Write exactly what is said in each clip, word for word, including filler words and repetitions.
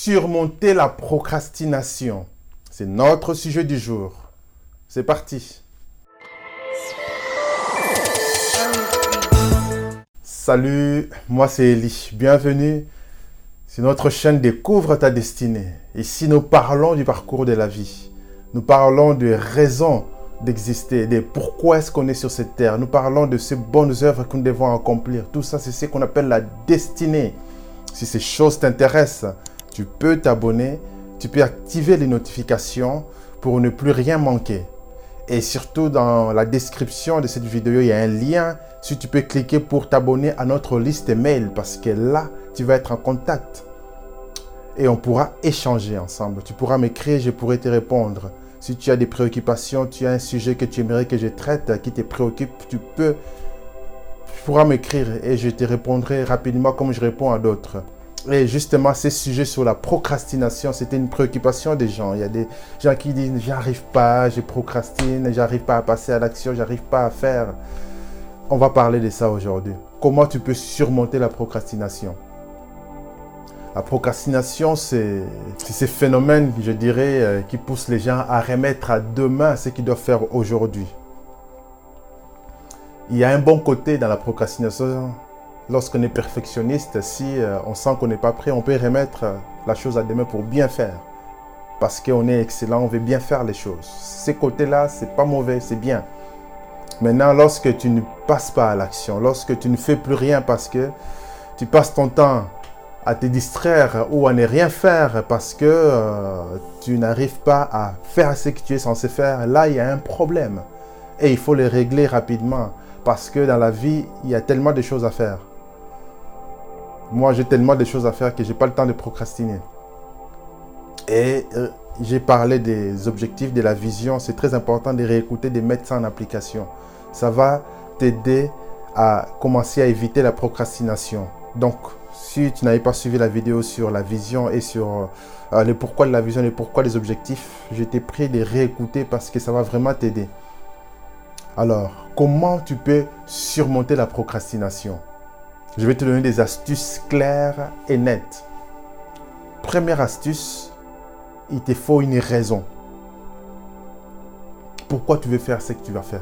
surmonter la procrastination. C'est notre sujet du jour. C'est parti. Salut, moi c'est Eli. Bienvenue sur notre chaîne Découvre ta destinée. Ici, nous parlons du parcours de la vie. Nous parlons des raisons d'exister, de pourquoi est-ce qu'on est sur cette terre. Nous parlons de ces bonnes œuvres que nous devons accomplir. Tout ça, c'est ce qu'on appelle la destinée. Si ces choses t'intéressent, tu peux t'abonner, tu peux activer les notifications pour ne plus rien manquer. Et surtout, dans la description de cette vidéo, il y a un lien si tu peux cliquer pour t'abonner à notre liste mail parce que là, tu vas être en contact et on pourra échanger ensemble. Tu pourras m'écrire, je pourrai te répondre. Si tu as des préoccupations, tu as un sujet que tu aimerais que je traite, qui te préoccupe, tu peux, tu pourras m'écrire et je te répondrai rapidement comme je réponds à d'autres. Et justement, ces sujets sur la procrastination, c'était une préoccupation des gens. Il y a des gens qui disent « j'arrive pas, je procrastine, j'arrive pas à passer à l'action, j'arrive pas à faire ». On va parler de ça aujourd'hui. Comment tu peux surmonter la procrastination? La procrastination, c'est ces phénomènes, je dirais, qui poussent les gens à remettre à demain ce qu'ils doivent faire aujourd'hui. Il y a un bon côté dans la procrastination. Lorsqu'on est perfectionniste, si on sent qu'on n'est pas prêt, on peut remettre la chose à demain pour bien faire. Parce qu'on est excellent, on veut bien faire les choses. Ces côtés-là, c'est pas mauvais, c'est bien. Maintenant, lorsque tu ne passes pas à l'action, lorsque tu ne fais plus rien parce que tu passes ton temps à te distraire ou à ne rien faire parce que euh, tu n'arrives pas à faire ce que tu es censé faire, là, il y a un problème. Et il faut le régler rapidement parce que dans la vie, il y a tellement de choses à faire. Moi, j'ai tellement de choses à faire que je n'ai pas le temps de procrastiner. Et euh, j'ai parlé des objectifs, de la vision. C'est très important de réécouter, de mettre ça en application. Ça va t'aider à commencer à éviter la procrastination. Donc, si tu n'avais pas suivi la vidéo sur la vision et sur euh, le pourquoi de la vision et le pourquoi des objectifs, je t'ai pris de réécouter parce que ça va vraiment t'aider. Alors, comment tu peux surmonter la procrastination? Je vais te donner des astuces claires et nettes. Première astuce, il te faut une raison. Pourquoi tu veux faire ce que tu vas faire?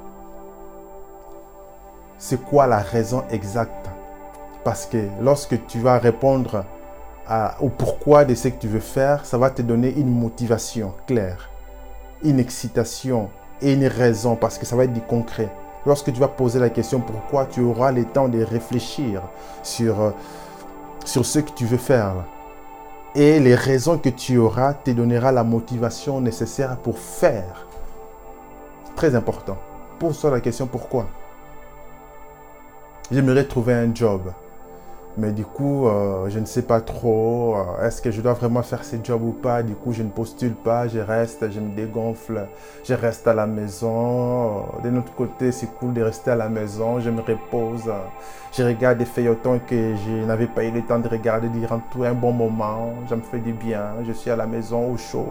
C'est quoi la raison exacte? Parce que lorsque tu vas répondre à, au pourquoi de ce que tu veux faire, ça va te donner une motivation claire, une excitation et une raison parce que ça va être du concret. Lorsque tu vas poser la question pourquoi, tu auras le temps de réfléchir sur, sur ce que tu veux faire. Et les raisons que tu auras te donnera la motivation nécessaire pour faire. Très important. Pose-toi la question pourquoi. J'aimerais trouver un job. Mais du coup, euh, je ne sais pas trop, euh, est-ce que je dois vraiment faire ce job ou pas? Du coup, je ne postule pas, je reste, je me dégonfle, je reste à la maison. De notre côté, c'est cool de rester à la maison, je me repose, je regarde des feuilletons que je n'avais pas eu le temps de regarder durant tout un bon moment. Ça me fait du bien, je suis à la maison au chaud.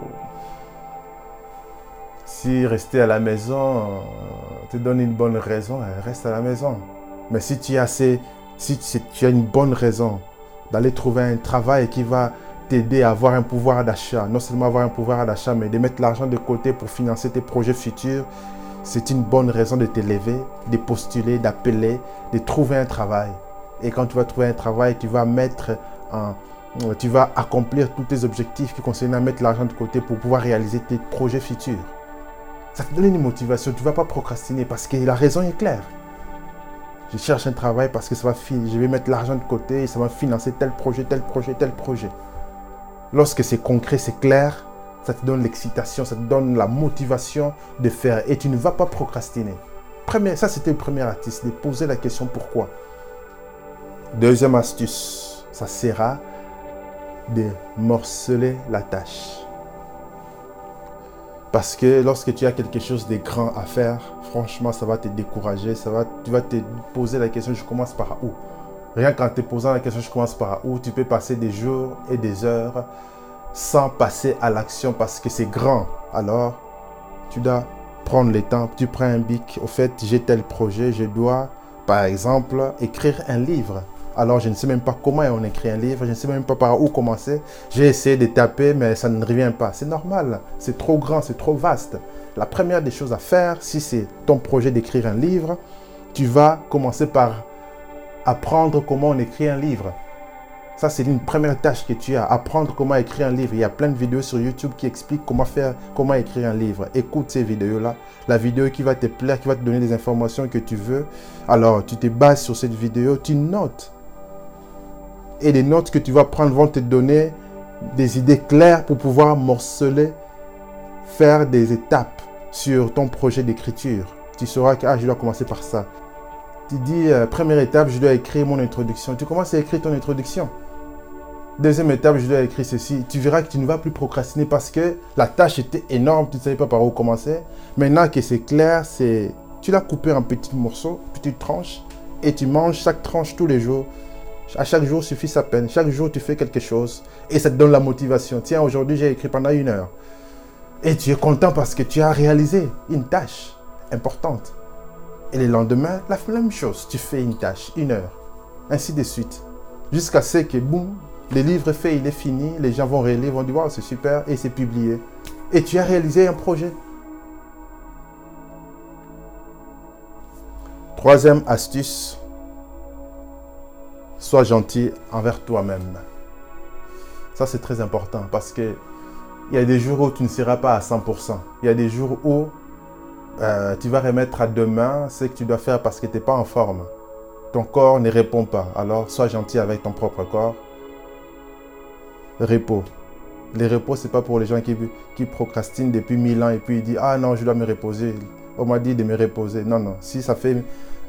Si rester à la maison euh, te donne une bonne raison, reste à la maison. Mais si tu es assez... Si tu as une bonne raison d'aller trouver un travail qui va t'aider à avoir un pouvoir d'achat, non seulement avoir un pouvoir d'achat, mais de mettre l'argent de côté pour financer tes projets futurs, c'est une bonne raison de te lever, de postuler, d'appeler, de trouver un travail. Et quand tu vas trouver un travail, tu vas mettre en, tu vas accomplir tous tes objectifs qui concernent à mettre l'argent de côté pour pouvoir réaliser tes projets futurs. Ça te donne une motivation, tu ne vas pas procrastiner parce que la raison est claire. Je cherche un travail parce que ça va finir. Je vais mettre l'argent de côté et ça va financer tel projet, tel projet, tel projet. Lorsque c'est concret, c'est clair, ça te donne l'excitation, ça te donne la motivation de faire et tu ne vas pas procrastiner. Première, ça, c'était le premier astuce, de poser la question pourquoi. Deuxième astuce, ça sera de morceler la tâche. Parce que lorsque tu as quelque chose de grand à faire, franchement, ça va te décourager. Ça va, tu vas te poser la question, je commence par où? Rien qu'en te posant la question, je commence par où? Tu peux passer des jours et des heures sans passer à l'action parce que c'est grand. Alors, tu dois prendre le temps. Tu prends un bic. Au fait, j'ai tel projet. Je dois, par exemple, écrire un livre. Alors, je ne sais même pas comment on écrit un livre, je ne sais même pas par où commencer. J'ai essayé de taper, mais ça ne revient pas. C'est normal, c'est trop grand, c'est trop vaste. La première des choses à faire, si c'est ton projet d'écrire un livre, tu vas commencer par apprendre comment on écrit un livre. Ça, c'est une première tâche que tu as, apprendre comment écrire un livre. Il y a plein de vidéos sur YouTube qui expliquent comment faire, comment écrire un livre. Écoute ces vidéos-là. La vidéo qui va te plaire, qui va te donner les informations que tu veux. Alors, tu te bases sur cette vidéo, tu notes. Et les notes que tu vas prendre vont te donner des idées claires pour pouvoir morceler, faire des étapes sur ton projet d'écriture. Tu sauras que ah, je dois commencer par ça. Tu dis, euh, première étape, je dois écrire mon introduction. Tu commences à écrire ton introduction. Deuxième étape, je dois écrire ceci. Tu verras que tu ne vas plus procrastiner parce que la tâche était énorme. Tu ne savais pas par où commencer. Maintenant que c'est clair, c'est tu l'as coupé en petits morceaux, petites tranches, et tu manges chaque tranche tous les jours. À chaque jour suffit sa peine. Chaque jour, tu fais quelque chose et ça te donne la motivation. Tiens, aujourd'hui, j'ai écrit pendant une heure. Et tu es content parce que tu as réalisé une tâche importante. Et le lendemain, la même chose. Tu fais une tâche, une heure, ainsi de suite. Jusqu'à ce que, boum, le livre est fait, il est fini. Les gens vont relire, vont dire, wow, c'est super, et c'est publié. Et tu as réalisé un projet. Troisième astuce. Sois gentil envers toi-même. Ça, c'est très important parce que il y a des jours où tu ne seras pas à cent pour cent. Il y a des jours où euh, tu vas remettre à demain ce que tu dois faire parce que tu n'es pas en forme. Ton corps ne répond pas. Alors, sois gentil avec ton propre corps. Repos. Les repos, ce n'est pas pour les gens qui, qui procrastinent depuis mille ans et puis ils disent « Ah non, je dois me reposer. On m'a dit de me reposer. » Non, non. Si ça fait...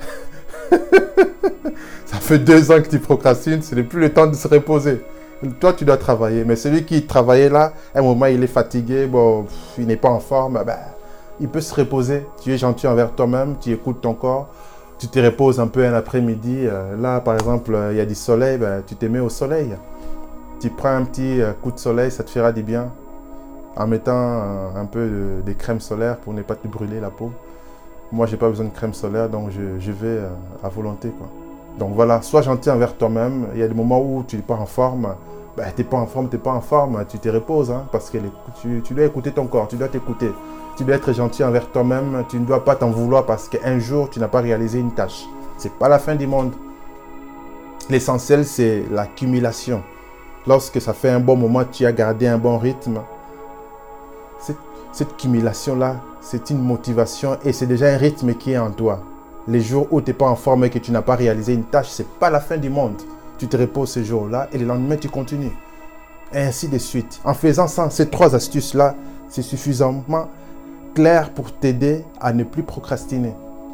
ça fait deux ans que tu procrastines, ce n'est plus le temps de se reposer. Toi, tu dois travailler. Mais celui qui travaillait là, à un moment, il est fatigué, bon, il n'est pas en forme, ben, il peut se reposer. Tu es gentil envers toi-même, tu écoutes ton corps, tu te reposes un peu un après-midi. Là, par exemple, il y a du soleil, ben, tu te mets au soleil. Tu prends un petit coup de soleil, ça te fera du bien. En mettant un peu de, de crème solaire pour ne pas te brûler la peau. Moi, je n'ai pas besoin de crème solaire, donc je, je vais à volonté, quoi. Donc voilà, sois gentil envers toi-même. Il y a des moments où tu n'es pas en forme. Ben, tu n'es pas en forme, tu n'es pas en forme. Tu te reposes, hein, parce que tu, tu dois écouter ton corps, tu dois t'écouter. Tu dois être gentil envers toi-même. Tu ne dois pas t'en vouloir parce qu'un jour, tu n'as pas réalisé une tâche. Ce n'est pas la fin du monde. L'essentiel, c'est l'accumulation. Lorsque ça fait un bon moment, tu as gardé un bon rythme. Cette, cette accumulation-là, c'est une motivation et c'est déjà un rythme qui est en toi. Les jours où tu n'es pas en forme et que tu n'as pas réalisé une tâche, ce n'est pas la fin du monde. Tu te reposes ces jours-là et le lendemain, tu continues. Et ainsi de suite. En faisant ça, ces trois astuces-là, c'est suffisamment clair pour t'aider à ne plus procrastiner.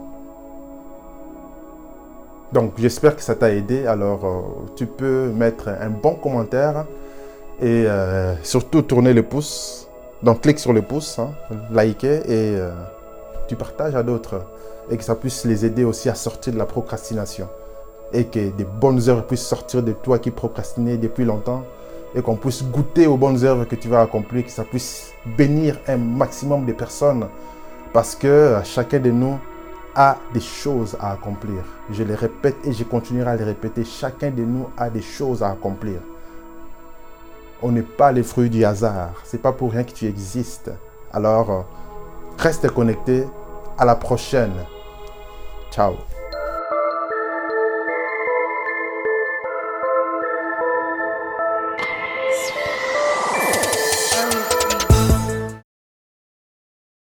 Donc, j'espère que ça t'a aidé. Alors, euh, tu peux mettre un bon commentaire et euh, surtout tourner le pouce. Donc, clique sur le pouce, hein, liker et euh, tu partages à d'autres. Et que ça puisse les aider aussi à sortir de la procrastination. Et que des bonnes œuvres puissent sortir de toi qui procrastinais depuis longtemps. Et qu'on puisse goûter aux bonnes œuvres que tu vas accomplir. Que ça puisse bénir un maximum de personnes. Parce que chacun de nous a des choses à accomplir. Je les répète et je continuerai à les répéter. Chacun de nous a des choses à accomplir. On n'est pas les fruits du hasard. Ce n'est pas pour rien que tu existes. Alors, reste connecté. À la prochaine. Ciao.